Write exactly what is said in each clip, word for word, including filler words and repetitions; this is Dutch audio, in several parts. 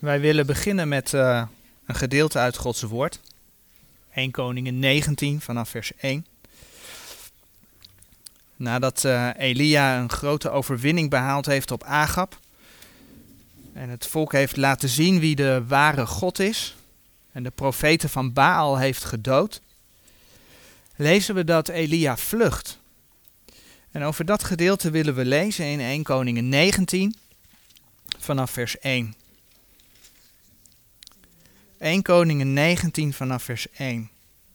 Wij willen beginnen met uh, een gedeelte uit Gods woord. Eerste Koningen negentien vanaf vers één. Nadat uh, Elia een grote overwinning behaald heeft op Agab en het volk heeft laten zien wie de ware God is en de profeten van Baal heeft gedood, lezen we dat Elia vlucht. En over dat gedeelte willen we lezen in Eerste Koningen negentien vanaf vers één. Eerste Koningen negentien vanaf vers één.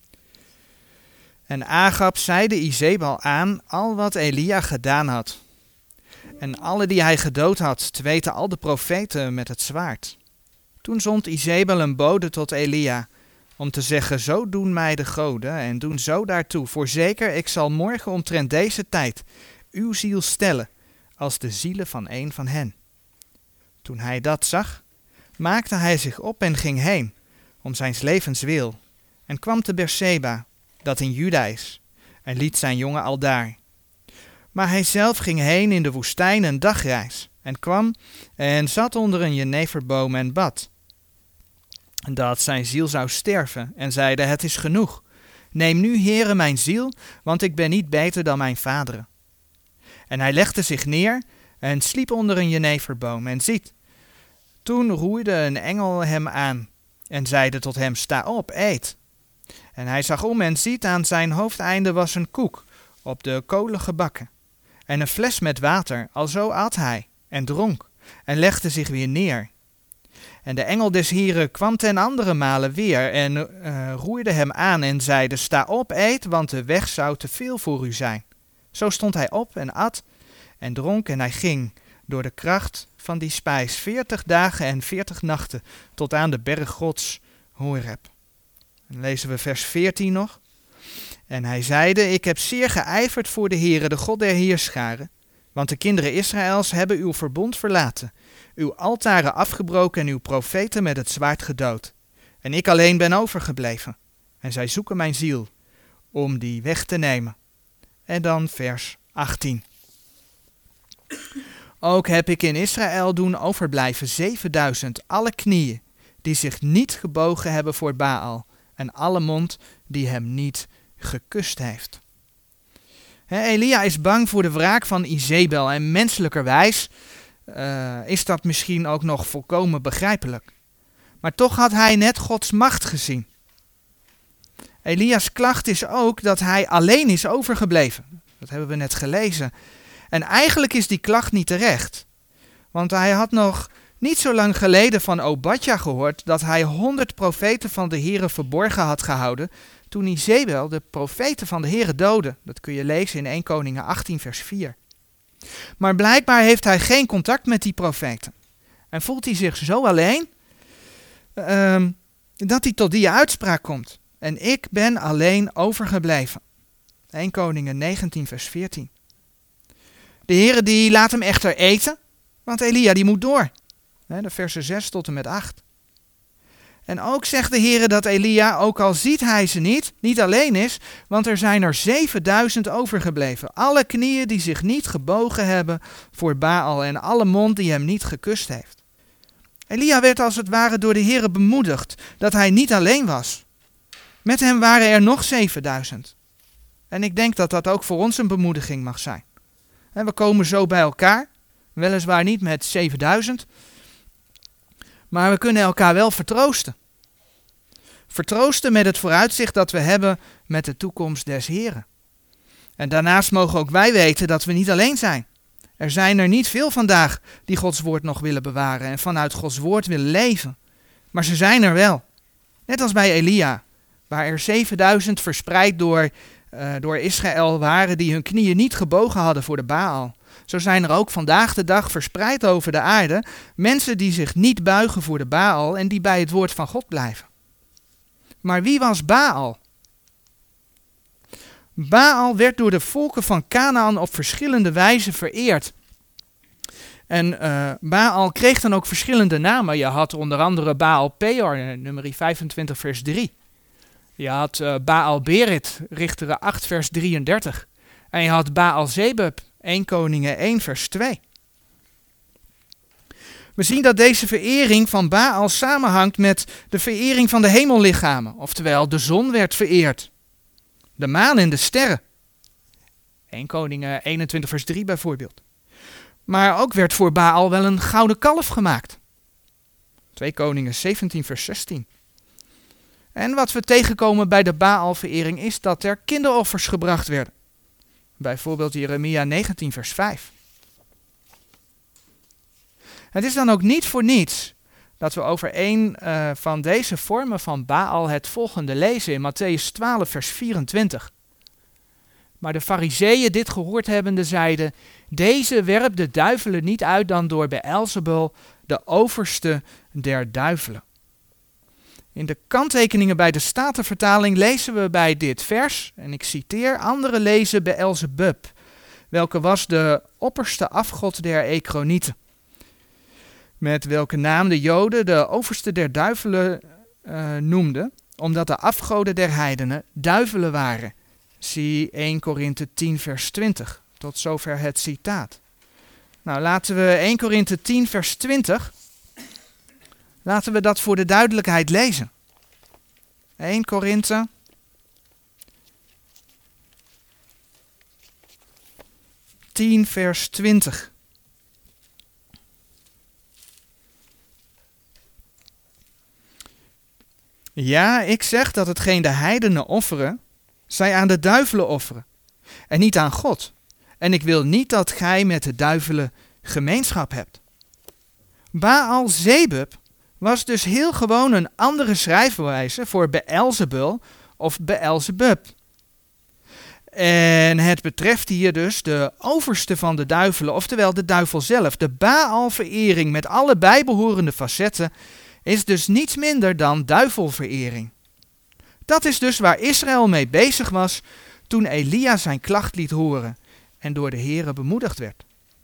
En Agab zeide Izebel aan al wat Elia gedaan had. En alle die hij gedood had, te weten al de profeten met het zwaard. Toen zond Izebel een bode tot Elia, om te zeggen, zo doen mij de goden en doen zo daartoe. Voorzeker, ik zal morgen omtrent deze tijd uw ziel stellen, als de zielen van een van hen. Toen hij dat zag, maakte hij zich op en ging heen, om zijns levens wil, en kwam te Berseba, dat in Juda is, en liet zijn jongen aldaar. Maar hij zelf ging heen in de woestijn een dagreis, en kwam en zat onder een jeneverboom en bad. Dat zijn ziel zou sterven, en zeide, het is genoeg. Neem nu, Heere, mijn ziel, want ik ben niet beter dan mijn vaderen. En hij legde zich neer en sliep onder een jeneverboom, en ziet, toen roeide een engel hem aan, en zeide tot hem, sta op, eet. En hij zag om en ziet, aan zijn hoofdeinde was een koek, op de kolen gebakken, en een fles met water, alzo at hij, en dronk, en legde zich weer neer. En de engel des Heren kwam ten andere male weer, en uh, roeide hem aan, en zeide, sta op, eet, want de weg zou te veel voor u zijn. Zo stond hij op, en at, en dronk, en hij ging, door de kracht van die spijs, veertig dagen en veertig nachten, tot aan de berg Gods, Horeb. Dan lezen we vers veertien nog. En hij zeide, ik heb zeer geijverd voor de Heere, de God der heerscharen, want de kinderen Israëls hebben uw verbond verlaten, uw altaren afgebroken en uw profeten met het zwaard gedood. En ik alleen ben overgebleven. En zij zoeken mijn ziel, om die weg te nemen. En dan vers achttien. Ook heb ik in Israël doen overblijven zevenduizend, alle knieën, die zich niet gebogen hebben voor Baal, en alle mond die hem niet gekust heeft. He, Elia is bang voor de wraak van Izebel en menselijkerwijs uh, is dat misschien ook nog volkomen begrijpelijk. Maar toch had hij net Gods macht gezien. Elia's klacht is ook dat hij alleen is overgebleven. Dat hebben we net gelezen. En eigenlijk is die klacht niet terecht. Want hij had nog niet zo lang geleden van Obadja gehoord dat hij honderd profeten van de Heere verborgen had gehouden toen Izebel de profeten van de Heere doodde. Dat kun je lezen in Eerste Koningen achttien vers vier. Maar blijkbaar heeft hij geen contact met die profeten. En voelt hij zich zo alleen uh, dat hij tot die uitspraak komt. En ik ben alleen overgebleven. Eerste Koningen negentien vers veertien. De Heere die laat hem echter eten, want Elia die moet door. De versen zes tot en met acht. En ook zegt de Heere dat Elia, ook al ziet hij ze niet, niet alleen is, want er zijn er zevenduizend overgebleven. Alle knieën die zich niet gebogen hebben voor Baal en alle mond die hem niet gekust heeft. Elia werd als het ware door de Heere bemoedigd dat hij niet alleen was. Met hem waren er nog zevenduizend. En ik denk dat dat ook voor ons een bemoediging mag zijn. En we komen zo bij elkaar, weliswaar niet met zevenduizend, maar we kunnen elkaar wel vertroosten. Vertroosten met het vooruitzicht dat we hebben met de toekomst des Heren. En daarnaast mogen ook wij weten dat we niet alleen zijn. Er zijn er niet veel vandaag die Gods woord nog willen bewaren en vanuit Gods woord willen leven. Maar ze zijn er wel. Net als bij Elia, waar er zevenduizend verspreid door, uh, door Israël waren die hun knieën niet gebogen hadden voor de Baal. Zo zijn er ook vandaag de dag verspreid over de aarde mensen die zich niet buigen voor de Baal en die bij het woord van God blijven. Maar wie was Baal? Baal werd door de volken van Kanaan op verschillende wijzen vereerd. En uh, Baal kreeg dan ook verschillende namen. Je had onder andere Baal Peor, nummer vijfentwintig vers drie. Je had uh, Baal Berit, Richteren acht vers drieëndertig. En je had Baal Zebub, Eerste Koningen één vers twee. We zien dat deze verering van Baal samenhangt met de verering van de hemellichamen. Oftewel, de zon werd vereerd. De maan en de sterren. Eerste Koningen eenentwintig vers drie bijvoorbeeld. Maar ook werd voor Baal wel een gouden kalf gemaakt. Tweede Koningen zeventien vers zestien. En wat we tegenkomen bij de Baal-verering is dat er kinderoffers gebracht werden. Bijvoorbeeld Jeremia negentien vers vijf. Het is dan ook niet voor niets dat we over een uh, van deze vormen van Baal het volgende lezen in Mattheüs twaalf vers vierentwintig. Maar de Farizeeën dit gehoord hebbende zeiden, deze werpt de duivelen niet uit dan door Beelzebul, de overste der duivelen. In de kanttekeningen bij de Statenvertaling lezen we bij dit vers, en ik citeer, anderen lezen Beelzebub, welke was de opperste afgod der Ekronieten. Met welke naam de Joden de overste der duivelen uh, noemden, omdat de afgoden der heidenen duivelen waren. Zie Eerste Korinthe tien vers twintig, tot zover het citaat. Nou, laten we Eerste Korinthe tien vers twintig, laten we dat voor de duidelijkheid lezen. Eerste Korinthe tien vers twintig. Ja, ik zeg dat hetgeen de heidenen offeren, zij aan de duivelen offeren, en niet aan God. En ik wil niet dat gij met de duivelen gemeenschap hebt. Baal-Zebub was dus heel gewoon een andere schrijfwijze voor Beelzebul of Beelzebub. En het betreft hier dus de overste van de duivelen, oftewel de duivel zelf. De Baal-verering met alle bijbehorende facetten is dus niets minder dan duivelverering. Dat is dus waar Israël mee bezig was toen Elia zijn klacht liet horen en door de Here bemoedigd werd.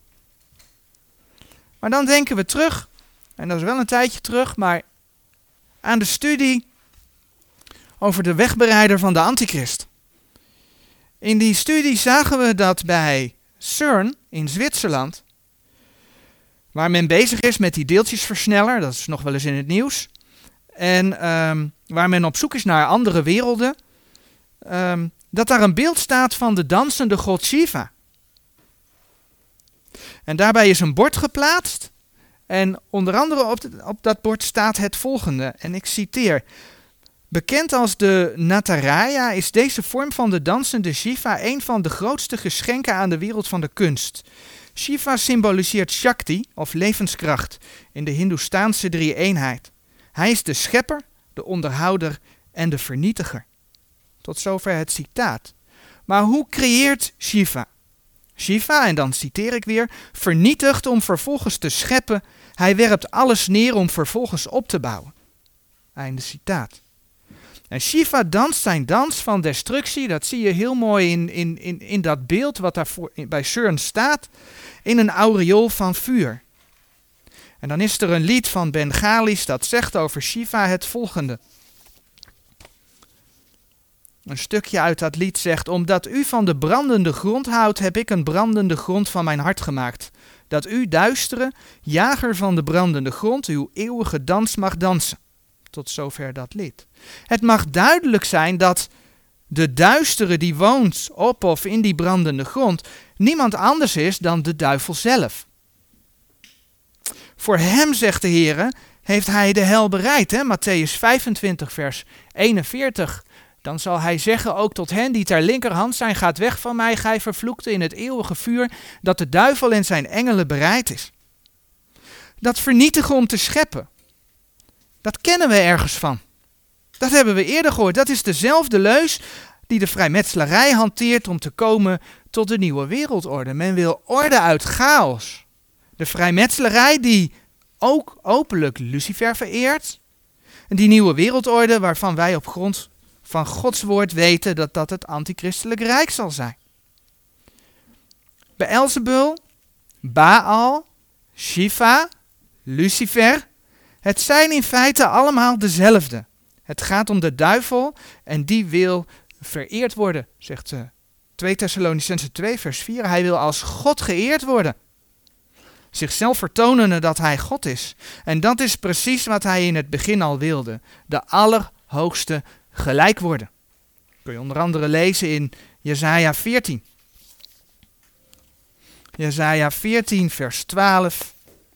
Maar dan denken we terug, en dat is wel een tijdje terug, maar aan de studie over de wegbereider van de Antichrist. In die studie zagen we dat bij CERN in Zwitserland, waar men bezig is met die deeltjesversneller, dat is nog wel eens in het nieuws, en um, waar men op zoek is naar andere werelden, um, dat daar een beeld staat van de dansende god Shiva. En daarbij is een bord geplaatst en onder andere op, de, op dat bord staat het volgende, en ik citeer: bekend als de Nataraya is deze vorm van de dansende Shiva een van de grootste geschenken aan de wereld van de kunst. Shiva symboliseert Shakti, of levenskracht, in de Hindoestaanse drie-eenheid. Hij is de schepper, de onderhouder en de vernietiger. Tot zover het citaat. Maar hoe creëert Shiva? Shiva, en dan citeer ik weer, vernietigt om vervolgens te scheppen. Hij werpt alles neer om vervolgens op te bouwen. Einde citaat. En Shiva danst zijn dans van destructie, dat zie je heel mooi in, in, in, in dat beeld wat daar voor, in, bij CERN staat, in een aureool van vuur. En dan is er een lied van Bengalis dat zegt over Shiva het volgende. Een stukje uit dat lied zegt: omdat u van de brandende grond houdt, heb ik een brandende grond van mijn hart gemaakt. Dat u, duistere, jager van de brandende grond, uw eeuwige dans mag dansen. Tot zover dat lied. Het mag duidelijk zijn dat de duistere die woont op of in die brandende grond niemand anders is dan de duivel zelf. Voor hem, zegt de Heere, heeft hij de hel bereid. Hè? Mattheüs vijfentwintig vers eenenveertig. Dan zal hij zeggen ook tot hen die ter linkerhand zijn: gaat weg van mij, gij vervloekte, in het eeuwige vuur dat de duivel en zijn engelen bereid is. Dat vernietigen om te scheppen, dat kennen we ergens van. Dat hebben we eerder gehoord. Dat is dezelfde leus die de vrijmetselarij hanteert om te komen tot de nieuwe wereldorde. Men wil orde uit chaos. De vrijmetselarij die ook openlijk Lucifer vereert. En die nieuwe wereldorde waarvan wij op grond van Gods woord weten dat dat het antichristelijk rijk zal zijn. Beelzebul, Baal, Shiva, Lucifer, het zijn in feite allemaal dezelfde. Het gaat om de duivel en die wil vereerd worden, zegt uh, tweede Thessalonicenzen twee vers vier. Hij wil als God geëerd worden. zichzelf vertonende dat hij God is. En dat is precies wat hij in het begin al wilde. De Allerhoogste gelijk worden. Kun je onder andere lezen in Jesaja veertien. Jesaja veertien vers twaalf.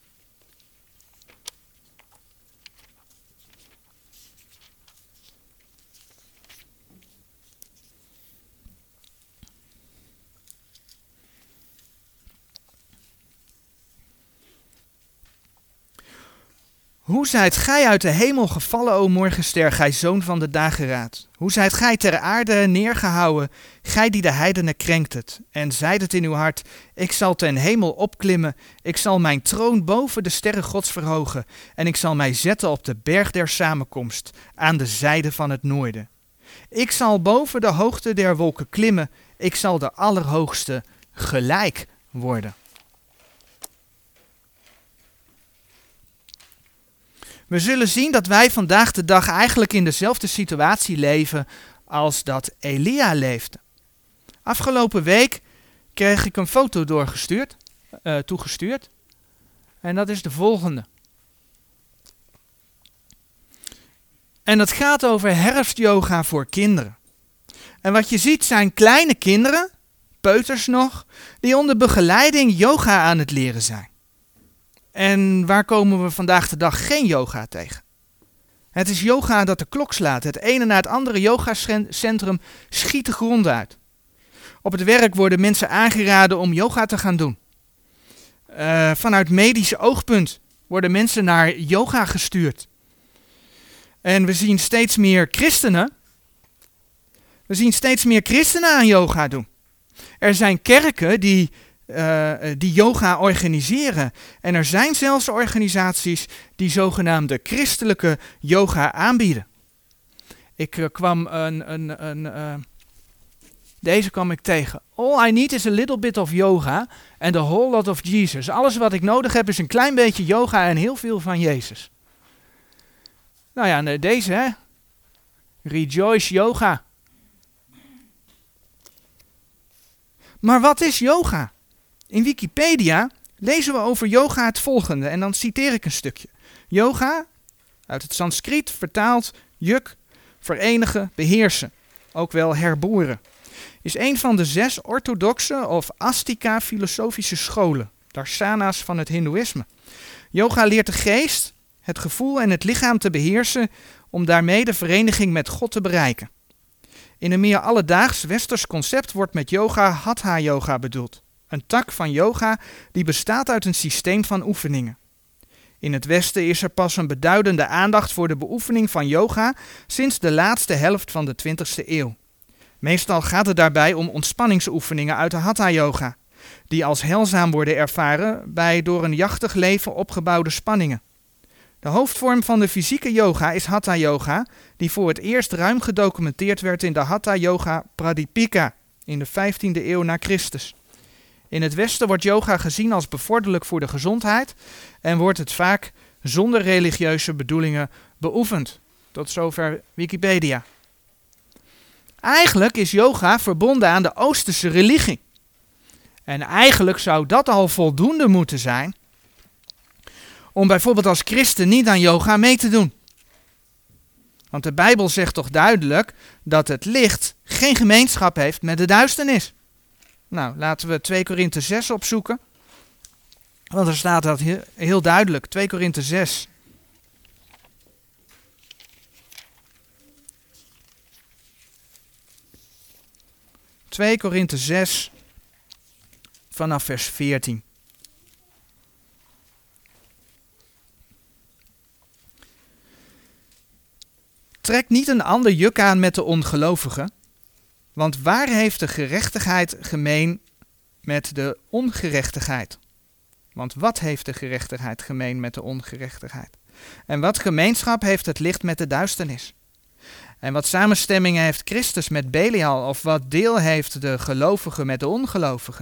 Hoe zijt gij uit de hemel gevallen, o morgenster, gij zoon van de dageraad? Hoe zijt gij ter aarde neergehouwen, gij die de heidenen krenktet? En zijt het in uw hart, ik zal ten hemel opklimmen, ik zal mijn troon boven de sterren Gods verhogen, en ik zal mij zetten op de berg der samenkomst, aan de zijde van het noorden. Ik zal boven de hoogte der wolken klimmen, ik zal de Allerhoogste gelijk worden. We zullen zien dat wij vandaag de dag eigenlijk in dezelfde situatie leven als dat Elia leefde. Afgelopen week kreeg ik een foto doorgestuurd, uh, toegestuurd. En dat is de volgende. En dat gaat over herfstyoga voor kinderen. En wat je ziet zijn kleine kinderen, peuters nog, die onder begeleiding yoga aan het leren zijn. En waar komen we vandaag de dag geen yoga tegen? Het is yoga dat de klok slaat. Het ene na het andere yogacentrum schiet de grond uit. Op het werk worden mensen aangeraden om yoga te gaan doen. Uh, vanuit medisch oogpunt worden mensen naar yoga gestuurd. En we zien steeds meer christenen. We zien steeds meer christenen aan yoga doen. Er zijn kerken die... Uh, die yoga organiseren. En er zijn zelfs organisaties die zogenaamde christelijke yoga aanbieden. Ik uh, kwam een... een, een uh, deze kwam ik tegen. All I need is a little bit of yoga and a whole lot of Jesus. Alles wat ik nodig heb is een klein beetje yoga en heel veel van Jezus. Nou ja, deze hè. Rejoice yoga. Maar wat is yoga? In Wikipedia lezen we over yoga het volgende, en dan citeer ik een stukje. Yoga, uit het Sanskriet vertaald, juk, verenigen, beheersen, ook wel herboren, is een van de zes orthodoxe of astika filosofische scholen, darsana's van het hindoeïsme. Yoga leert de geest, het gevoel en het lichaam te beheersen om daarmee de vereniging met God te bereiken. In een meer alledaags westers concept wordt met yoga hatha yoga bedoeld. Een tak van yoga die bestaat uit een systeem van oefeningen. In het Westen is er pas een beduidende aandacht voor de beoefening van yoga sinds de laatste helft van de twintigste eeuw. Meestal gaat het daarbij om ontspanningsoefeningen uit de hatha yoga, die als heilzaam worden ervaren bij door een jachtig leven opgebouwde spanningen. De hoofdvorm van de fysieke yoga is hatha yoga, die voor het eerst ruim gedocumenteerd werd in de Hatha Yoga Pradipika in de vijftiende eeuw na Christus. In het Westen wordt yoga gezien als bevorderlijk voor de gezondheid en wordt het vaak zonder religieuze bedoelingen beoefend. Tot zover Wikipedia. Eigenlijk is yoga verbonden aan de Oosterse religie. En eigenlijk zou dat al voldoende moeten zijn om bijvoorbeeld als christen niet aan yoga mee te doen. Want de Bijbel zegt toch duidelijk dat het licht geen gemeenschap heeft met de duisternis. Nou, laten we twee Korinthe zes opzoeken. Want er staat dat heel, heel duidelijk. twee Korinthe zes. twee Korinthe zes vanaf vers veertien. Trek niet een ander juk aan met de ongelovigen, want waar heeft de gerechtigheid gemeen met de ongerechtigheid? Want wat heeft de gerechtigheid gemeen met de ongerechtigheid? En wat gemeenschap heeft het licht met de duisternis? En wat samenstemming heeft Christus met Belial, of wat deel heeft de gelovige met de ongelovige?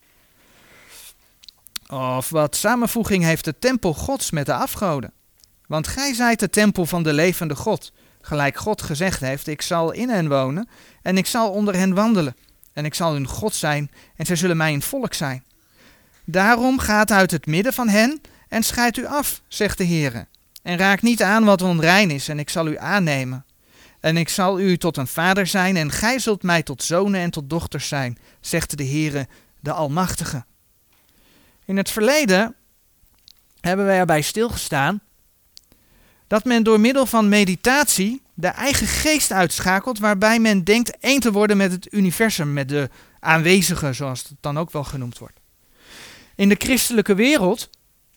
Of wat samenvoeging heeft de tempel Gods met de afgoden? Want gij zijt de tempel van de levende God. Gelijk God gezegd heeft, ik zal in hen wonen en ik zal onder hen wandelen. En ik zal hun God zijn en zij zullen mij een volk zijn. Daarom gaat uit het midden van hen en scheidt u af, zegt de Heere. En raak niet aan wat onrein is, en ik zal u aannemen. En ik zal u tot een vader zijn, en gij zult mij tot zonen en tot dochters zijn, zegt de Heere, de Almachtige. In het verleden hebben wij erbij stilgestaan dat men door middel van meditatie de eigen geest uitschakelt, waarbij men denkt één te worden met het universum, met de aanwezige, zoals het dan ook wel genoemd wordt. In de christelijke wereld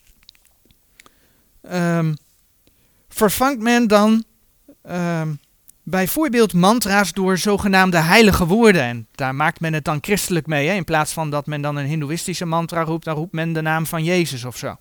um, vervangt men dan um, bijvoorbeeld mantra's door zogenaamde heilige woorden. En daar maakt men het dan christelijk mee. Hè? In plaats van dat men dan een hindoeïstische mantra roept, dan roept men de naam van Jezus of zo.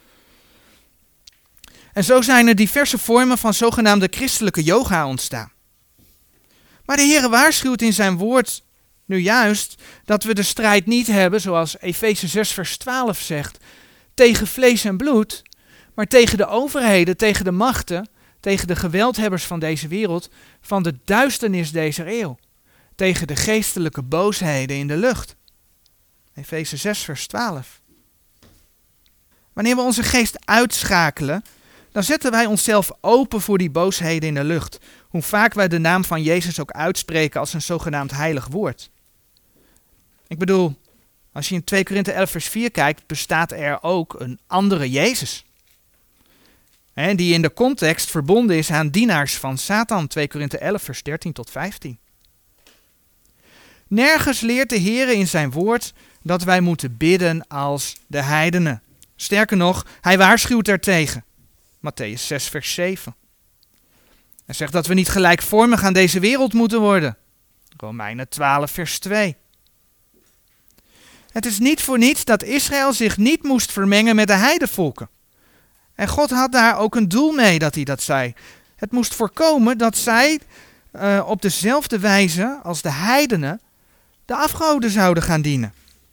En zo zijn er diverse vormen van zogenaamde christelijke yoga ontstaan. Maar de Heere waarschuwt in zijn woord nu juist dat we de strijd niet hebben, zoals Efeze zes vers twaalf zegt, tegen vlees en bloed, maar tegen de overheden, tegen de machten, tegen de geweldhebbers van deze wereld, van de duisternis deze eeuw, tegen de geestelijke boosheden in de lucht. Efeze zes vers twaalf. Wanneer we onze geest uitschakelen, dan zetten wij onszelf open voor die boosheden in de lucht, hoe vaak wij de naam van Jezus ook uitspreken als een zogenaamd heilig woord. Ik bedoel, als je in twee Korinthe elf vers vier kijkt, bestaat er ook een andere Jezus. He, die in de context verbonden is aan dienaars van Satan, twee Korinthe elf vers dertien tot vijftien. Nergens leert de Heere in zijn woord dat wij moeten bidden als de heidenen. Sterker nog, hij waarschuwt ertegen. Mattheüs zes vers zeven. Hij zegt dat we niet gelijkvormig aan deze wereld moeten worden. Romeinen twaalf vers twee. Het is niet voor niets dat Israël zich niet moest vermengen met de heidevolken. En God had daar ook een doel mee dat hij dat zei. Het moest voorkomen dat zij uh, op dezelfde wijze als de heidenen de afgoden zouden gaan dienen.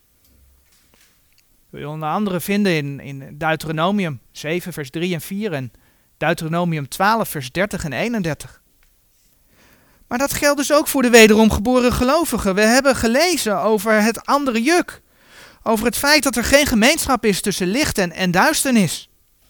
We willen onder andere vinden in, in Deuteronomium zeven vers drie en vier en Deuteronomium twaalf vers dertig en eenendertig. Maar dat geldt dus ook voor de wederom geboren gelovigen. We hebben gelezen over het andere juk. Over het feit dat er geen gemeenschap is tussen licht en, en duisternis.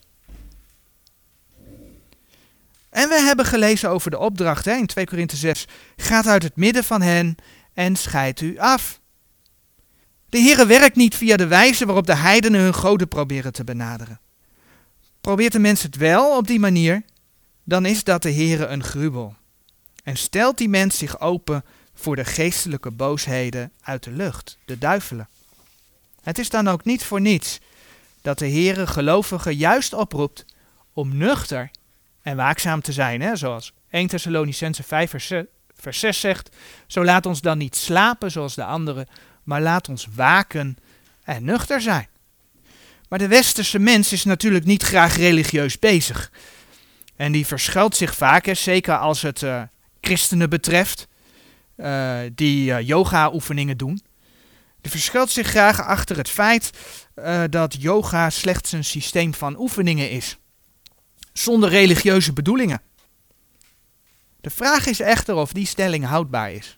En we hebben gelezen over de opdracht hè, in twee Korinthe zes. Gaat uit het midden van hen en scheidt u af. De Heere werkt niet via de wijze waarop de heidenen hun goden proberen te benaderen. Probeert de mens het wel op die manier, dan is dat de Heere een gruwel. En stelt die mens zich open voor de geestelijke boosheden uit de lucht, de duivelen. Het is dan ook niet voor niets dat de Heere gelovigen juist oproept om nuchter en waakzaam te zijn, hè? Zoals eerste Thessalonicense vijf vers zes zegt, zo laat ons dan niet slapen zoals de anderen, maar laat ons waken en nuchter zijn. Maar de westerse mens is natuurlijk niet graag religieus bezig. En die verschuilt zich vaak, hè, zeker als het uh, christenen betreft, uh, die uh, yoga-oefeningen doen. Die verschuilt zich graag achter het feit uh, dat yoga slechts een systeem van oefeningen is. Zonder religieuze bedoelingen. De vraag is echter of die stelling houdbaar is.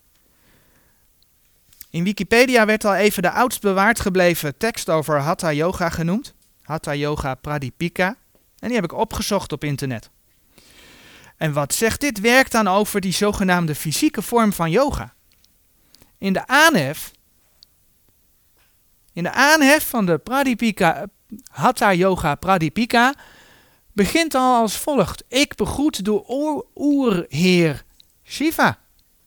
In Wikipedia werd al even de oudst bewaard gebleven tekst over Hatha Yoga genoemd. Hatha Yoga Pradipika. En die heb ik opgezocht op internet. En wat zegt dit werk dan over die zogenaamde fysieke vorm van yoga? In de aanhef, in de aanhef van de Pradipika, Hatha Yoga Pradipika begint al als volgt. Ik begroet de oer- oerheer Shiva.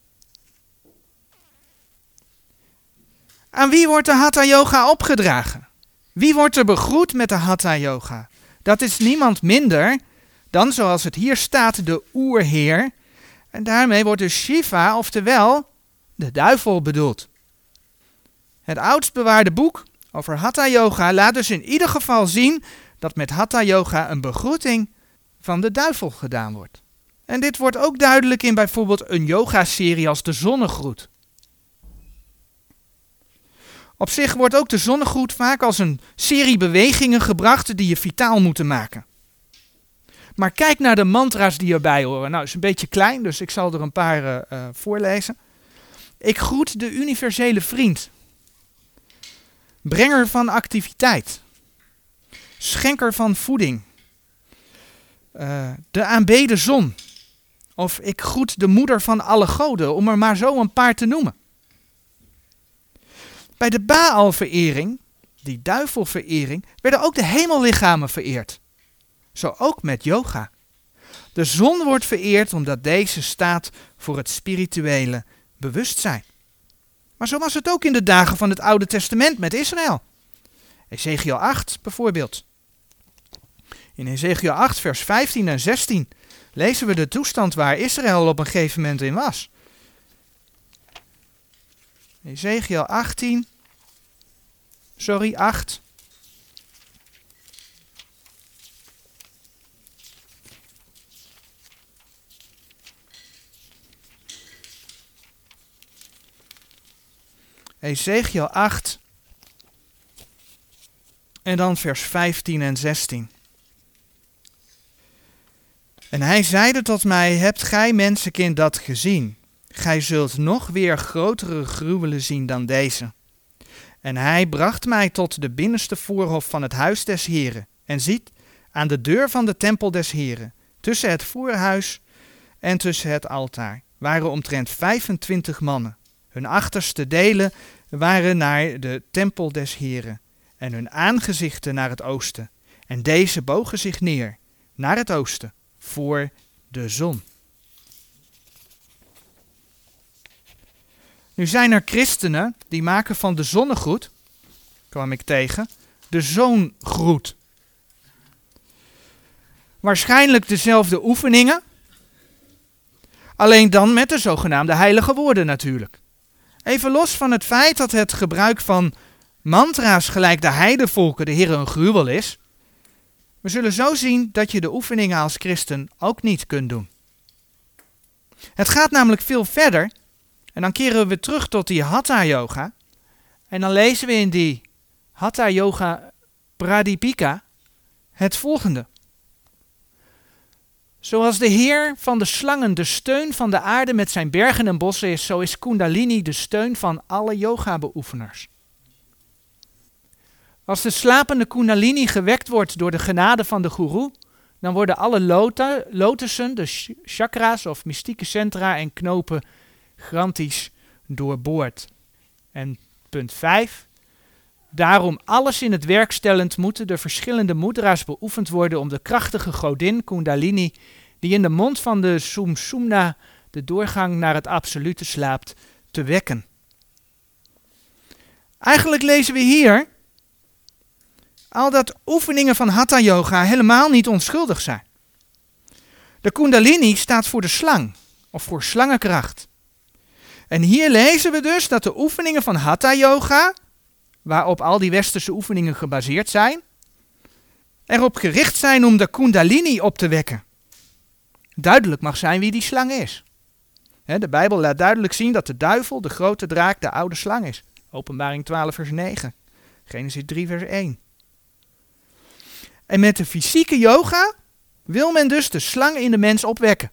Aan wie wordt de Hatha Yoga opgedragen? Wie wordt er begroet met de Hatha Yoga? Dat is niemand minder dan, zoals het hier staat, de oerheer. En daarmee wordt dus Shiva, oftewel de duivel, bedoeld. Het oudst bewaarde boek over Hatha Yoga laat dus in ieder geval zien dat met Hatha Yoga een begroeting van de duivel gedaan wordt. En dit wordt ook duidelijk in bijvoorbeeld een yoga-serie als de zonnegroet. Op zich wordt ook de zonnegroet vaak als een serie bewegingen gebracht die je vitaal moeten maken. Maar kijk naar de mantra's die erbij horen. Nou, het is een beetje klein, dus ik zal er een paar uh, uh, voorlezen. Ik groet de universele vriend. brenger van activiteit, schenker van voeding, uh, de aanbeden zon, of ik groet de moeder van alle goden, om er maar zo een paar te noemen. Bij de Baal-verering, die duivelverering, werden ook de hemellichamen vereerd. Zo ook met yoga. De zon wordt vereerd omdat deze staat voor het spirituele bewustzijn. Maar zo was het ook in de dagen van het Oude Testament met Israël. Ezekiel acht bijvoorbeeld. In Ezekiel acht vers vijftien en zestien lezen we de toestand waar Israël op een gegeven moment in was. Ezekiel achttien, sorry, acht. Ezekiel acht en dan vers vijftien en zestien. En hij zeide tot mij, hebt gij mensenkind dat gezien? Gij zult nog weer grotere gruwelen zien dan deze. En hij bracht mij tot de binnenste voorhof van het huis des Heren. En ziet, aan de deur van de tempel des Heren, tussen het voorhuis en tussen het altaar, waren omtrent vijfentwintig mannen. Hun achterste delen waren naar de tempel des Heren en hun aangezichten naar het oosten. En deze bogen zich neer naar het oosten voor de zon. Nu zijn er christenen die maken van de zonnegroet, kwam ik tegen, de zoongroet. Waarschijnlijk dezelfde oefeningen, alleen dan met de zogenaamde heilige woorden natuurlijk. Even los van het feit dat het gebruik van mantra's gelijk de heidenvolken de Heer een gruwel is. We zullen zo zien dat je de oefeningen als christen ook niet kunt doen. Het gaat namelijk veel verder. En dan keren we weer terug tot die Hatha Yoga. En dan lezen we in die Hatha Yoga Pradipika het volgende. Zoals de Heer van de slangen de steun van de aarde met zijn bergen en bossen is, zo is Kundalini de steun van alle yoga-beoefeners. Als de slapende Kundalini gewekt wordt door de genade van de goeroe, dan worden alle lota, lotussen, de chakra's of mystieke centra en knopen grantisch doorboord. En punt vijf. Daarom alles in het werk stellend moeten de verschillende mudra's beoefend worden om de krachtige godin Kundalini, die in de mond van de Sumsumna de doorgang naar het absolute slaapt, te wekken. Eigenlijk lezen we hier al dat oefeningen van Hatha Yoga helemaal niet onschuldig zijn. De Kundalini staat voor de slang, of voor slangenkracht. En hier lezen we dus dat de oefeningen van Hatha Yoga, waarop al die westerse oefeningen gebaseerd zijn, erop gericht zijn om de Kundalini op te wekken. Duidelijk mag zijn wie die slang is. De Bijbel laat duidelijk zien dat de duivel, de grote draak, de oude slang is. Openbaring twaalf vers negen, Genesis drie vers één. En met de fysieke yoga wil men dus de slang in de mens opwekken.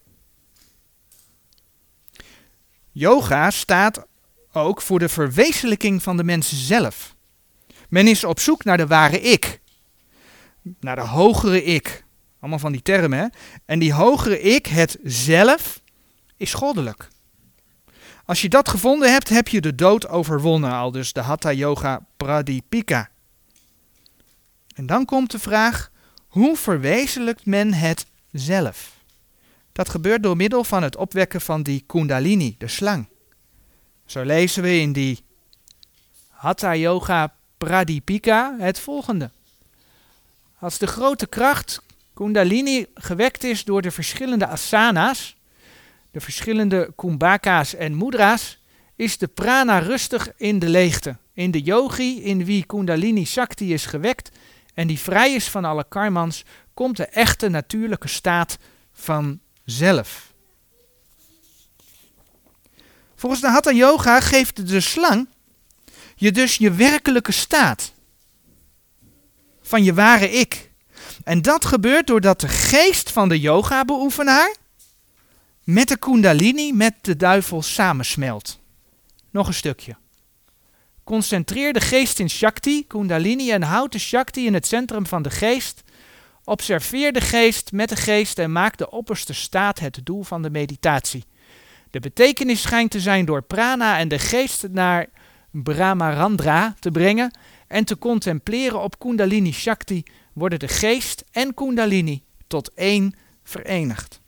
Yoga staat ook voor de verwezenlijking van de mens zelf. Men is op zoek naar de ware ik. Naar de hogere ik. Allemaal van die termen, hè? En die hogere ik, het zelf, is goddelijk. Als je dat gevonden hebt, heb je de dood overwonnen, al dus de Hatha Yoga Pradipika. En dan komt de vraag, hoe verwezenlijkt men het zelf? Dat gebeurt door middel van het opwekken van die Kundalini, de slang. Zo lezen we in die Hatha Yoga Pradipika het volgende. Als de grote kracht Kundalini gewekt is door de verschillende asana's, de verschillende kumbhaka's en mudra's, is de prana rustig in de leegte. In de yogi, in wie Kundalini Shakti is gewekt en die vrij is van alle karmans, komt de echte natuurlijke staat van zelf. Volgens de Hatha Yoga geeft de slang je dus je werkelijke staat van je ware ik. En dat gebeurt doordat de geest van de yoga-beoefenaar met de Kundalini, met de duivel samensmelt. Nog een stukje. Concentreer de geest in Shakti, Kundalini, en houd de Shakti in het centrum van de geest. Observeer de geest met de geest en maak de opperste staat het doel van de meditatie. De betekenis schijnt te zijn door prana en de geest naar Brahmarandra te brengen en te contempleren op Kundalini Shakti worden de geest en Kundalini tot één verenigd.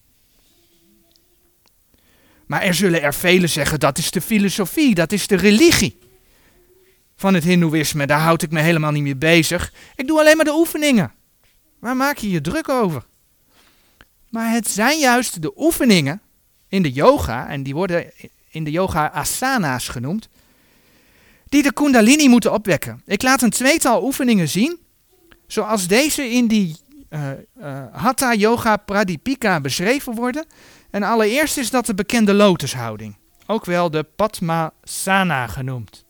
Maar er zullen er velen zeggen, dat is de filosofie, dat is de religie van het hindoeïsme. Daar houd ik me helemaal niet mee bezig. Ik doe alleen maar de oefeningen. Waar maak je je druk over? Maar het zijn juist de oefeningen in de yoga, en die worden in de yoga asana's genoemd, die de Kundalini moeten opwekken. Ik laat een tweetal oefeningen zien, zoals deze in die uh, uh, Hatha Yoga Pradipika beschreven worden. En allereerst is dat de bekende lotushouding, ook wel de Padmasana genoemd.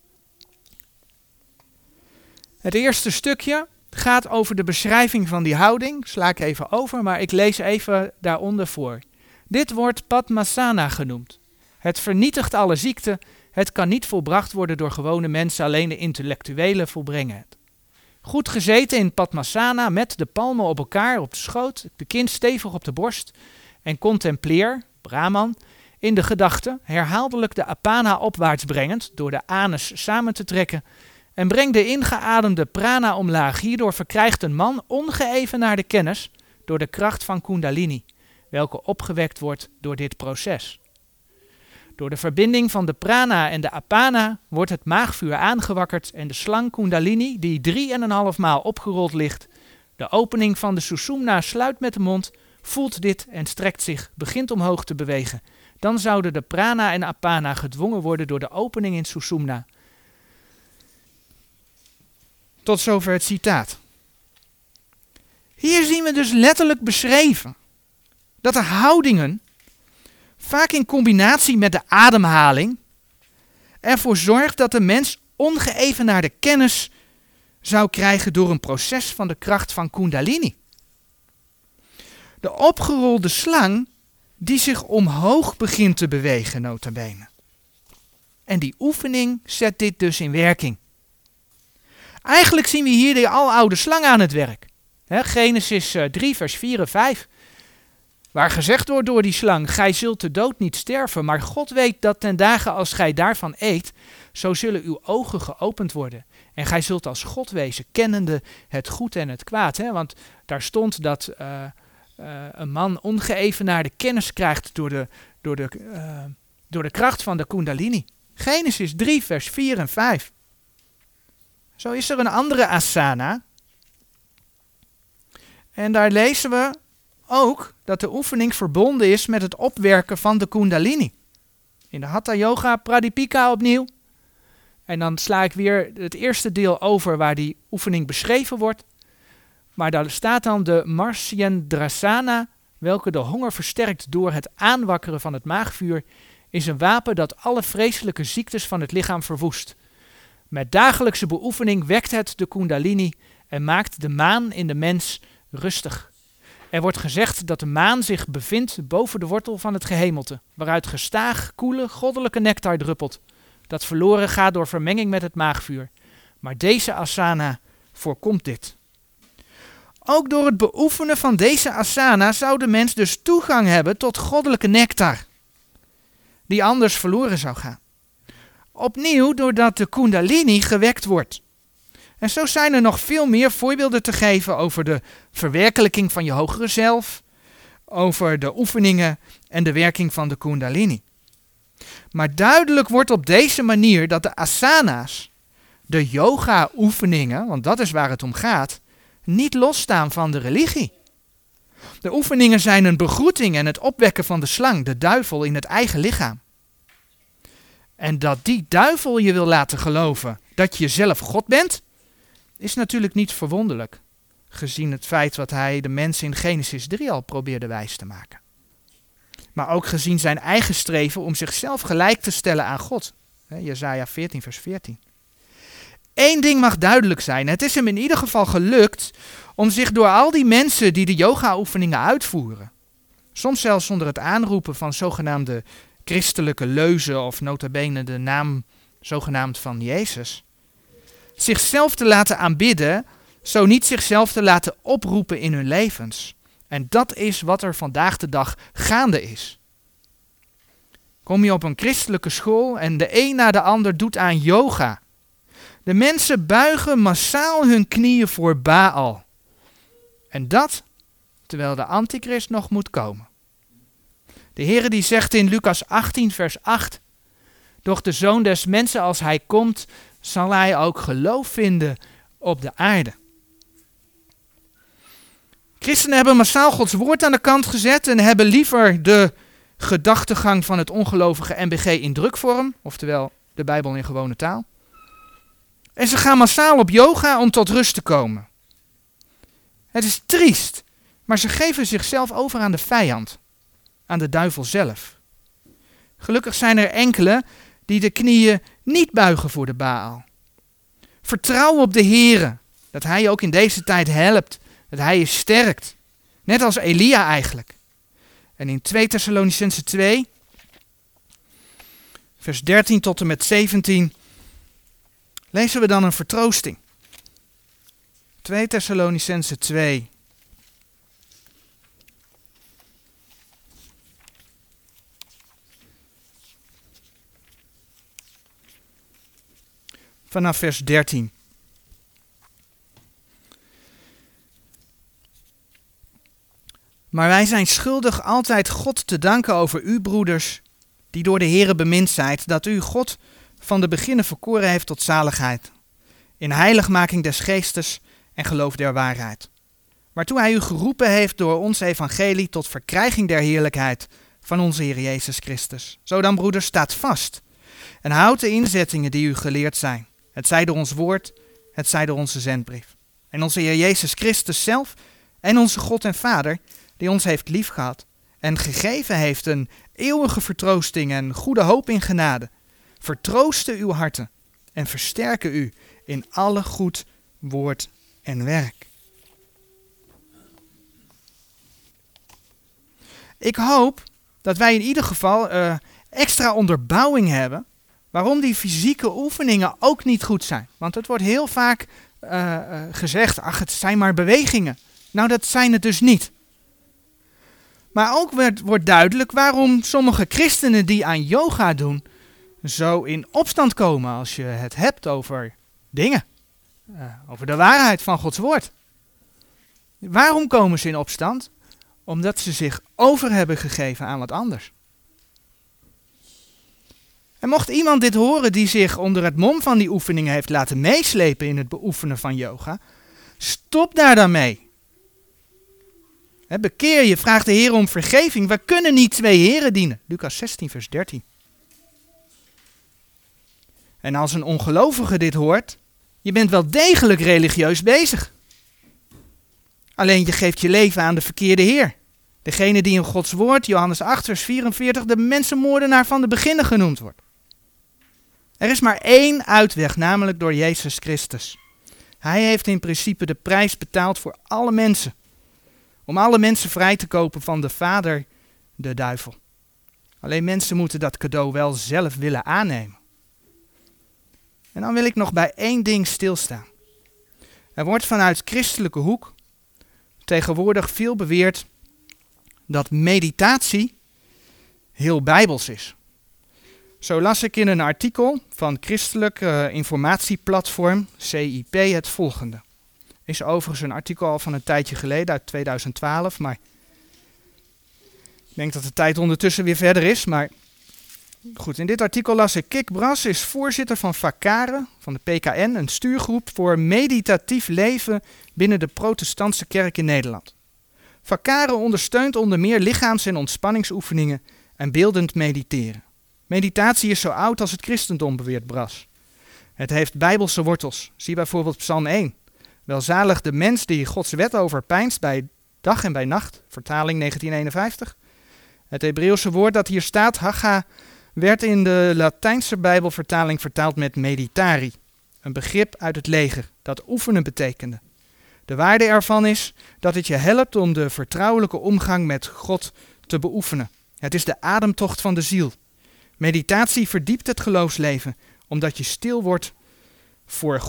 Het eerste stukje gaat over de beschrijving van die houding. Sla ik even over, maar ik lees even daaronder voor. Dit wordt Padmasana genoemd. Het vernietigt alle ziekte. Het kan niet volbracht worden door gewone mensen, alleen de intellectuelen volbrengen het. Goed gezeten in Padmasana met de palmen op elkaar op de schoot, de kin stevig op de borst en contempleer, Brahman, in de gedachte, herhaaldelijk de apana opwaarts brengend door de anus samen te trekken en breng de ingeademde prana omlaag. Hierdoor verkrijgt een man ongeëvenaarde kennis door de kracht van Kundalini, welke opgewekt wordt door dit proces. Door de verbinding van de prana en de apana wordt het maagvuur aangewakkerd en de slang Kundalini, die drie en een half maal opgerold ligt, de opening van de Sushumna sluit met de mond, voelt dit en strekt zich, begint omhoog te bewegen. Dan zouden de prana en apana gedwongen worden door de opening in Sushumna. Tot zover het citaat. Hier zien we dus letterlijk beschreven dat de houdingen, vaak in combinatie met de ademhaling, ervoor zorgt dat de mens ongeëvenaarde kennis zou krijgen door een proces van de kracht van Kundalini. De opgerolde slang die zich omhoog begint te bewegen, nota bene. En die oefening zet dit dus in werking. Eigenlijk zien we hier de aloude slang aan het werk. He, Genesis drie vers vier en vijf. Waar gezegd wordt door die slang, gij zult de dood niet sterven, maar God weet dat ten dagen als gij daarvan eet, zo zullen uw ogen geopend worden. En gij zult als God wezen, kennende het goed en het kwaad. Hè? Want daar stond dat uh, uh, een man ongeëvenaarde kennis krijgt door de, door, de, uh, door de kracht van de Kundalini. Genesis drie vers vier en vijf. Zo is er een andere asana. En daar lezen we ook dat de oefening verbonden is met het opwerken van de Kundalini. In de Hatha Yoga Pradipika opnieuw. En dan sla ik weer het eerste deel over waar die oefening beschreven wordt. Maar daar staat dan de Marsyendrasana, welke de honger versterkt door het aanwakkeren van het maagvuur, is een wapen dat alle vreselijke ziektes van het lichaam verwoest. Met dagelijkse beoefening wekt het de Kundalini en maakt de maan in de mens rustig. Er wordt gezegd dat de maan zich bevindt boven de wortel van het gehemelte, waaruit gestaag, koele, goddelijke nectar druppelt, dat verloren gaat door vermenging met het maagvuur. Maar deze asana voorkomt dit. Ook door het beoefenen van deze asana zou de mens dus toegang hebben tot goddelijke nectar, die anders verloren zou gaan. Opnieuw doordat de Kundalini gewekt wordt. En zo zijn er nog veel meer voorbeelden te geven over de verwerkelijking van je hogere zelf, over de oefeningen en de werking van de Kundalini. Maar duidelijk wordt op deze manier dat de asana's, de yoga-oefeningen, want dat is waar het om gaat, niet losstaan van de religie. De oefeningen zijn een begroeting en het opwekken van de slang, de duivel, in het eigen lichaam. En dat die duivel je wil laten geloven dat je zelf God bent, is natuurlijk niet verwonderlijk, gezien het feit wat hij de mensen in Genesis drie al probeerde wijs te maken. Maar ook gezien zijn eigen streven om zichzelf gelijk te stellen aan God. Jesaja veertien vers veertien. Eén ding mag duidelijk zijn, het is hem in ieder geval gelukt om zich door al die mensen die de yoga-oefeningen uitvoeren, soms zelfs onder het aanroepen van zogenaamde christelijke leuzen of nota bene de naam zogenaamd van Jezus, zichzelf te laten aanbidden, zo niet zichzelf te laten oproepen in hun levens. En dat is wat er vandaag de dag gaande is. Kom je op een christelijke school en de een na de ander doet aan yoga. De mensen buigen massaal hun knieën voor Baal. En dat terwijl de antichrist nog moet komen. De Heere die zegt in Lucas achttien vers acht, doch de Zoon des Mensen als hij komt, zal hij ook geloof vinden op de aarde. Christenen hebben massaal Gods woord aan de kant gezet en hebben liever de gedachtegang van het ongelovige M B G in drukvorm, oftewel de Bijbel in gewone taal. En ze gaan massaal op yoga om tot rust te komen. Het is triest, maar ze geven zichzelf over aan de vijand, aan de duivel zelf. Gelukkig zijn er enkele die de knieën niet buigen voor de Baal. Vertrouw op de Heere, dat hij je ook in deze tijd helpt, dat hij je sterkt. Net als Elia eigenlijk. En in twee Thessalonicenzen twee, vers dertien tot en met zeventien, lezen we dan een vertroosting. twee Thessalonicenzen twee. Vanaf vers dertien. Maar wij zijn schuldig altijd God te danken over u, broeders, die door de Heere bemind zijt, dat u God van de beginnen verkoren heeft tot zaligheid, in heiligmaking des geestes en geloof der waarheid. Waartoe hij u geroepen heeft door ons evangelie tot verkrijging der heerlijkheid van onze Heer Jezus Christus. Zo dan, broeders, staat vast en houd de inzettingen die u geleerd zijn. Het zij door ons woord, het zij door onze zendbrief. En onze Heer Jezus Christus zelf en onze God en Vader, die ons heeft liefgehad en gegeven heeft een eeuwige vertroosting en goede hoop in genade, vertroosten uw harten en versterken u in alle goed woord en werk. Ik hoop dat wij in ieder geval uh, extra onderbouwing hebben waarom die fysieke oefeningen ook niet goed zijn. Want het wordt heel vaak uh, uh, gezegd, ach, het zijn maar bewegingen. Nou, dat zijn het dus niet. Maar ook werd, wordt duidelijk waarom sommige christenen die aan yoga doen, zo in opstand komen als je het hebt over dingen. Uh, over de waarheid van Gods woord. Waarom komen ze in opstand? Omdat ze zich over hebben gegeven aan wat anders. En mocht iemand dit horen die zich onder het mom van die oefeningen heeft laten meeslepen in het beoefenen van yoga, stop daar dan mee. He, bekeer je, vraag de Heer om vergeving. We kunnen niet twee heren dienen. Lucas zestien vers dertien. En als een ongelovige dit hoort, je bent wel degelijk religieus bezig. Alleen je geeft je leven aan de verkeerde Heer. Degene die in Gods woord, Johannes acht vers vierenveertig, de mensenmoordenaar van de beginnen genoemd wordt. Er is maar één uitweg, namelijk door Jezus Christus. Hij heeft in principe de prijs betaald voor alle mensen. Om alle mensen vrij te kopen van de vader, de duivel. Alleen mensen moeten dat cadeau wel zelf willen aannemen. En dan wil ik nog bij één ding stilstaan. Er wordt vanuit christelijke hoek tegenwoordig veel beweerd dat meditatie heel bijbels is. Zo las ik in een artikel van Christelijk uh, Informatieplatform, C I P, het volgende. Is overigens een artikel al van een tijdje geleden, uit tweeduizend twaalf, maar ik denk dat de tijd ondertussen weer verder is. Maar goed, in dit artikel las ik, Kik Bras is voorzitter van Vakare, van de P K N, een stuurgroep voor meditatief leven binnen de protestantse kerk in Nederland. Vakare ondersteunt onder meer lichaams- en ontspanningsoefeningen en beeldend mediteren. Meditatie is zo oud als het christendom, beweert Bras. Het heeft bijbelse wortels. Zie bijvoorbeeld Psalm één. Welzalig de mens die Gods wet overpeinst bij dag en bij nacht. Vertaling negentien eenenvijftig. Het Hebreeuwse woord dat hier staat, haga, werd in de Latijnse Bijbelvertaling vertaald met meditari. Een begrip uit het leger dat oefenen betekende. De waarde ervan is dat het je helpt om de vertrouwelijke omgang met God te beoefenen. Het is de ademtocht van de ziel. Meditatie verdiept het geloofsleven, omdat je stil wordt voor God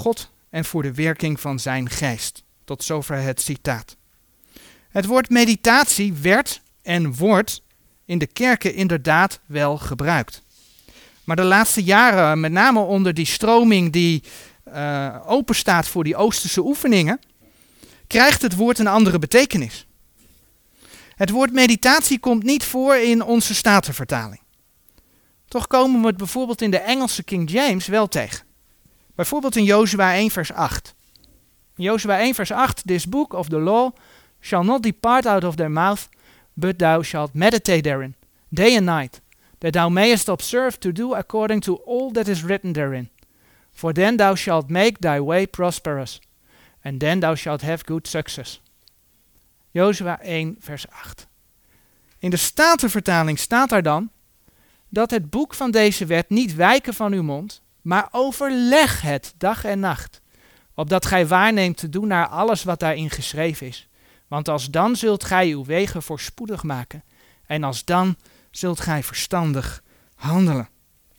en voor de werking van zijn geest. Tot zover het citaat. Het woord meditatie werd en wordt in de kerken inderdaad wel gebruikt. Maar de laatste jaren, met name onder die stroming die uh, open staat voor die Oosterse oefeningen, krijgt het woord een andere betekenis. Het woord meditatie komt niet voor in onze Statenvertaling. Toch komen we het bijvoorbeeld in de Engelse King James wel tegen. Bijvoorbeeld in Jozua één vers acht. In Jozua één vers acht, this book of the law shall not depart out of their mouth, but thou shalt meditate therein, day and night, that thou mayest observe to do according to all that is written therein. For then thou shalt make thy way prosperous, and then thou shalt have good success. Jozua één vers acht. In de Statenvertaling staat daar dan dat het boek van deze wet niet wijken van uw mond, maar overleg het dag en nacht, opdat gij waarneemt te doen naar alles wat daarin geschreven is. Want als dan zult gij uw wegen voorspoedig maken, en als dan zult gij verstandig handelen.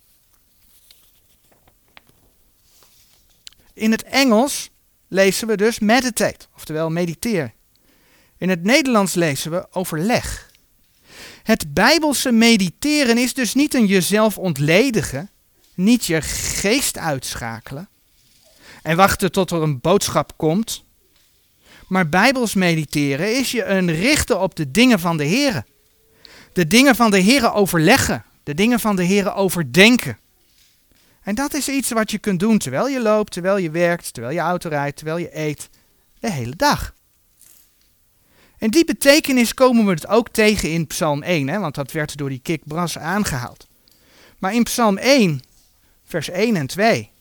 In het Engels lezen we dus meditate, oftewel mediteer. In het Nederlands lezen we overleg. Het Bijbelse mediteren is dus niet een jezelf ontledigen, niet je geest uitschakelen en wachten tot er een boodschap komt. Maar Bijbels mediteren is je een richten op de dingen van de Heere. De dingen van de Heere overleggen, de dingen van de Heere overdenken. En dat is iets wat je kunt doen terwijl je loopt, terwijl je werkt, terwijl je auto rijdt, terwijl je eet, de hele dag. En die betekenis komen we het ook tegen in Psalm één, hè, want dat werd door die Kik Brass aangehaald. Maar in Psalm één, vers één en twee,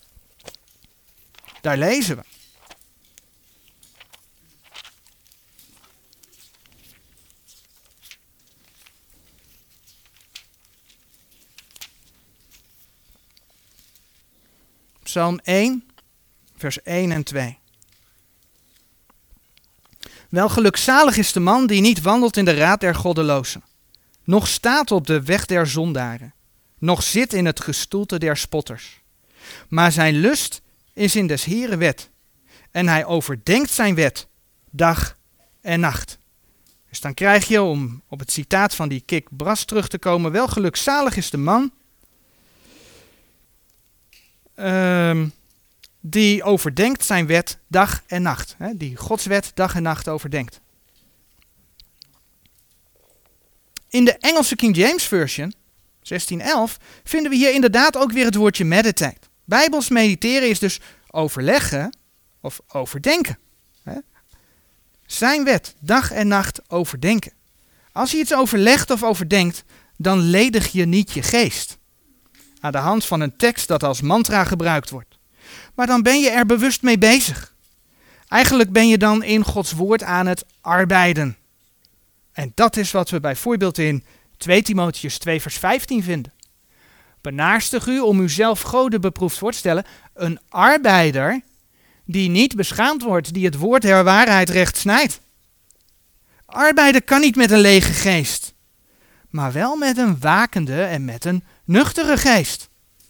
daar lezen we. Psalm één, vers één en twee. Wel gelukzalig is de man die niet wandelt in de raad der goddelozen, noch staat op de weg der zondaren, noch zit in het gestoelte der spotters. Maar zijn lust is in des Heeren wet, en hij overdenkt zijn wet dag en nacht. Dus dan krijg je, om op het citaat van die Kik Brass terug te komen, wel gelukzalig is de man Um, die overdenkt zijn wet dag en nacht. Hè, die Gods wet dag en nacht overdenkt. In de Engelse King James Version, zestien elf, vinden we hier inderdaad ook weer het woordje meditate. Bijbels mediteren is dus overleggen of overdenken. Hè. Zijn wet dag en nacht overdenken. Als je iets overlegt of overdenkt, dan ledig je niet je geest aan de hand van een tekst dat als mantra gebruikt wordt. Maar dan ben je er bewust mee bezig. Eigenlijk ben je dan in Gods woord aan het arbeiden. En dat is wat we bijvoorbeeld in twee Timotheüs twee vers vijftien vinden. Benaarstig u om uzelf Gode beproefd voor te stellen, een arbeider die niet beschaamd wordt, die het woord der waarheid recht snijdt. Arbeiden kan niet met een lege geest, maar wel met een wakende en met een nuchtere geest.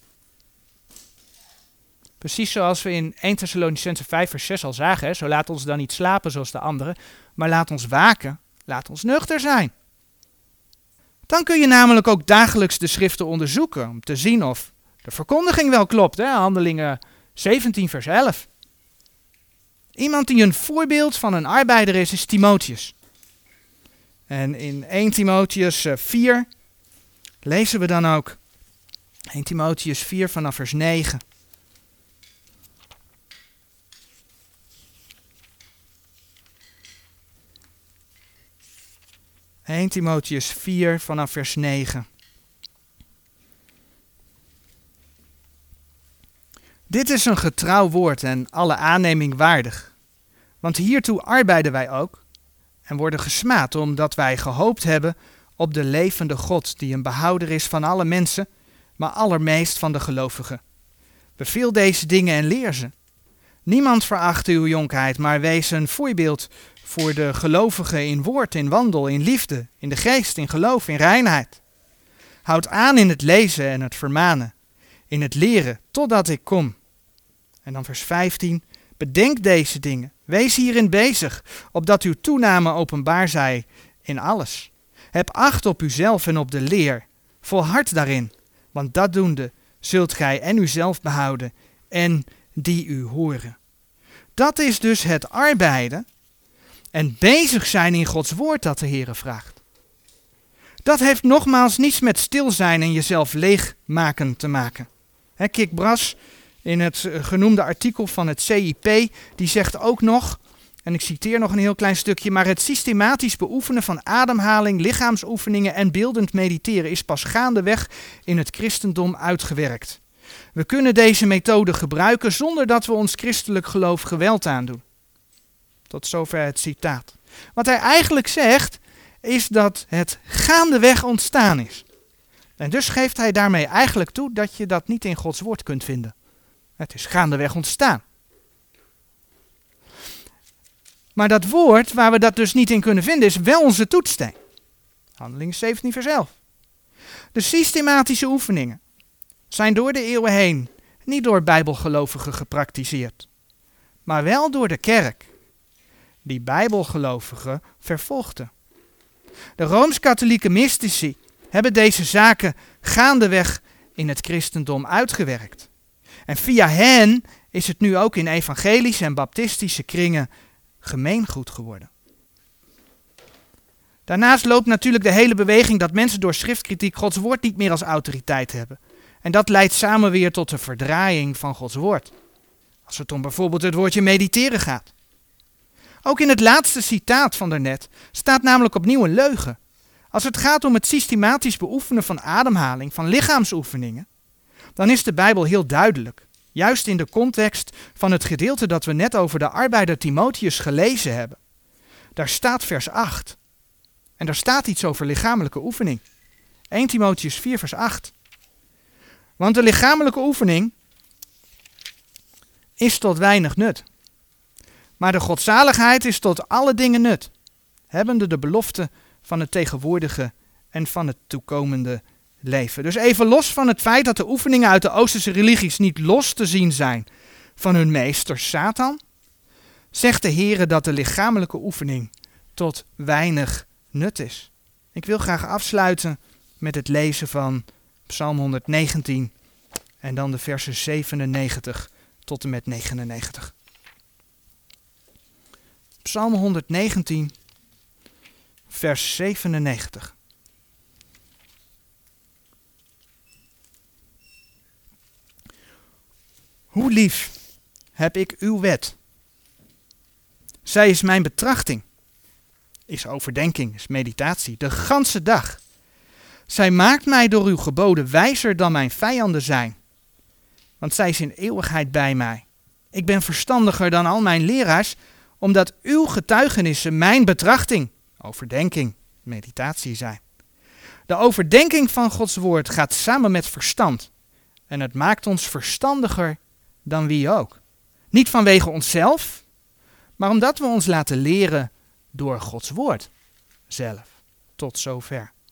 Precies zoals we in eerste Thessalonicenzen vijf vers zes al zagen. Hè, zo laat ons dan niet slapen zoals de anderen, maar laat ons waken, laat ons nuchter zijn. Dan kun je namelijk ook dagelijks de schriften onderzoeken om te zien of de verkondiging wel klopt. Hè? Handelingen zeventien vers elf. Iemand die een voorbeeld van een arbeider is, is Timotheus. En in eerste Timotheüs vier lezen we dan ook eerste Timotheüs vier vanaf vers negen. eerste Timotheüs vier vanaf vers negen. Dit is een getrouw woord en alle aanneming waardig. Want hiertoe arbeiden wij ook en worden gesmaad omdat wij gehoopt hebben op de levende God die een behouder is van alle mensen, maar allermeest van de gelovigen. Beveel deze dingen en leer ze. Niemand veracht uw jonkheid, maar wees een voorbeeld voor de gelovigen in woord, in wandel, in liefde, in de geest, in geloof, in reinheid. Houd aan in het lezen en het vermanen, in het leren, totdat ik kom. En dan vers vijftien. Bedenk deze dingen. Wees hierin bezig, opdat uw toename openbaar zij in alles. Heb acht op uzelf en op de leer. Volhard daarin, want dat doende zult gij en uzelf behouden en die u horen. Dat is dus het arbeiden en bezig zijn in Gods woord dat de Heere vraagt. Dat heeft nogmaals niets met stil zijn en jezelf leegmaken te maken. He, Kik Bras in het genoemde artikel van het C I P, die zegt ook nog, en ik citeer nog een heel klein stukje, maar het systematisch beoefenen van ademhaling, lichaamsoefeningen en beeldend mediteren is pas gaandeweg in het christendom uitgewerkt. We kunnen deze methode gebruiken zonder dat we ons christelijk geloof geweld aandoen. Tot zover het citaat. Wat hij eigenlijk zegt, is dat het gaandeweg ontstaan is. En dus geeft hij daarmee eigenlijk toe dat je dat niet in Gods woord kunt vinden. Het is gaandeweg ontstaan. Maar dat woord, waar we dat dus niet in kunnen vinden, is wel onze toetssteen. Handelingen zeventien vers elf. De systematische oefeningen zijn door de eeuwen heen niet door bijbelgelovigen gepraktiseerd, maar wel door de kerk, die bijbelgelovigen vervolgde. De Rooms-Katholieke mystici hebben deze zaken gaandeweg in het christendom uitgewerkt. En via hen is het nu ook in evangelische en baptistische kringen gemeengoed geworden. Daarnaast loopt natuurlijk de hele beweging dat mensen door schriftkritiek Gods woord niet meer als autoriteit hebben. En dat leidt samen weer tot de verdraaiing van Gods woord. Als het om bijvoorbeeld het woordje mediteren gaat. Ook in het laatste citaat van daarnet staat namelijk opnieuw een leugen. Als het gaat om het systematisch beoefenen van ademhaling, van lichaamsoefeningen, dan is de Bijbel heel duidelijk. Juist in de context van het gedeelte dat we net over de arbeider Timotheus gelezen hebben. Daar staat vers acht. En daar staat iets over lichamelijke oefening. eerste Timotheus vier vers acht. Want de lichamelijke oefening is tot weinig nut. Maar de godzaligheid is tot alle dingen nut. Hebbende de belofte van het tegenwoordige en van het toekomende leven. Dus even los van het feit dat de oefeningen uit de Oosterse religies niet los te zien zijn van hun meester Satan, zegt de Heere dat de lichamelijke oefening tot weinig nut is. Ik wil graag afsluiten met het lezen van Psalm honderdnegentien en dan de versen zevenennegentig tot en met negenennegentig. Psalm honderdnegentien, vers zevenennegentig. Hoe lief heb ik uw wet. Zij is mijn betrachting. Is overdenking, is meditatie, de ganse dag. Zij maakt mij door uw geboden wijzer dan mijn vijanden zijn. Want zij is in eeuwigheid bij mij. Ik ben verstandiger dan al mijn leraars, omdat uw getuigenissen mijn betrachting, overdenking, meditatie zijn. De overdenking van Gods woord gaat samen met verstand. En het maakt ons verstandiger dan wie ook. Niet vanwege onszelf, maar omdat we ons laten leren door Gods woord zelf. Tot zover.